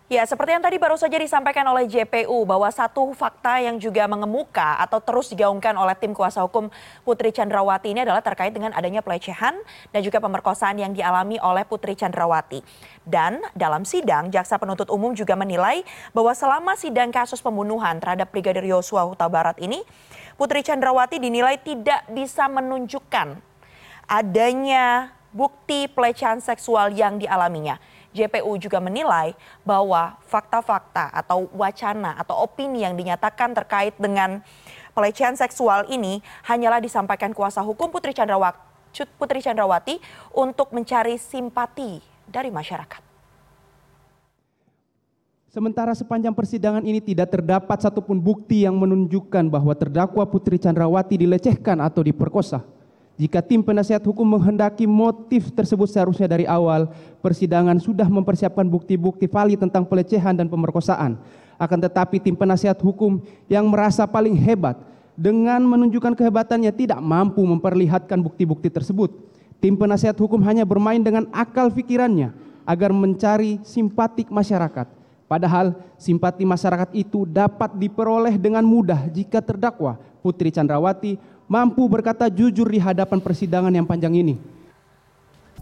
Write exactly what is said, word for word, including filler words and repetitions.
Ya, seperti yang tadi baru saja disampaikan oleh J P U bahwa satu fakta yang juga mengemuka atau terus digaungkan oleh tim kuasa hukum Putri Chandrawati ini adalah terkait dengan adanya pelecehan dan juga pemerkosaan yang dialami oleh Putri Chandrawati. Dan dalam sidang, jaksa penuntut umum juga menilai bahwa selama sidang kasus pembunuhan terhadap Brigadir Yosua Huta Barat ini, Putri Chandrawati dinilai tidak bisa menunjukkan adanya bukti pelecehan seksual yang dialaminya. J P U juga menilai bahwa fakta-fakta atau wacana atau opini yang dinyatakan terkait dengan pelecehan seksual ini hanyalah disampaikan kuasa hukum Putri Chandrawati, Putri Chandrawati untuk mencari simpati dari masyarakat. Sementara sepanjang persidangan ini tidak terdapat satupun bukti yang menunjukkan bahwa terdakwa Putri Chandrawati dilecehkan atau diperkosa. Jika tim penasihat hukum menghendaki motif tersebut seharusnya dari awal persidangan sudah mempersiapkan bukti-bukti valid tentang pelecehan dan pemerkosaan. Akan tetapi tim penasihat hukum yang merasa paling hebat dengan menunjukkan kehebatannya tidak mampu memperlihatkan bukti-bukti tersebut. Tim penasihat hukum hanya bermain dengan akal pikirannya agar mencari simpatik masyarakat. Padahal simpati masyarakat itu dapat diperoleh dengan mudah jika terdakwa Putri Chandrawati mampu berkata jujur di hadapan persidangan yang panjang ini.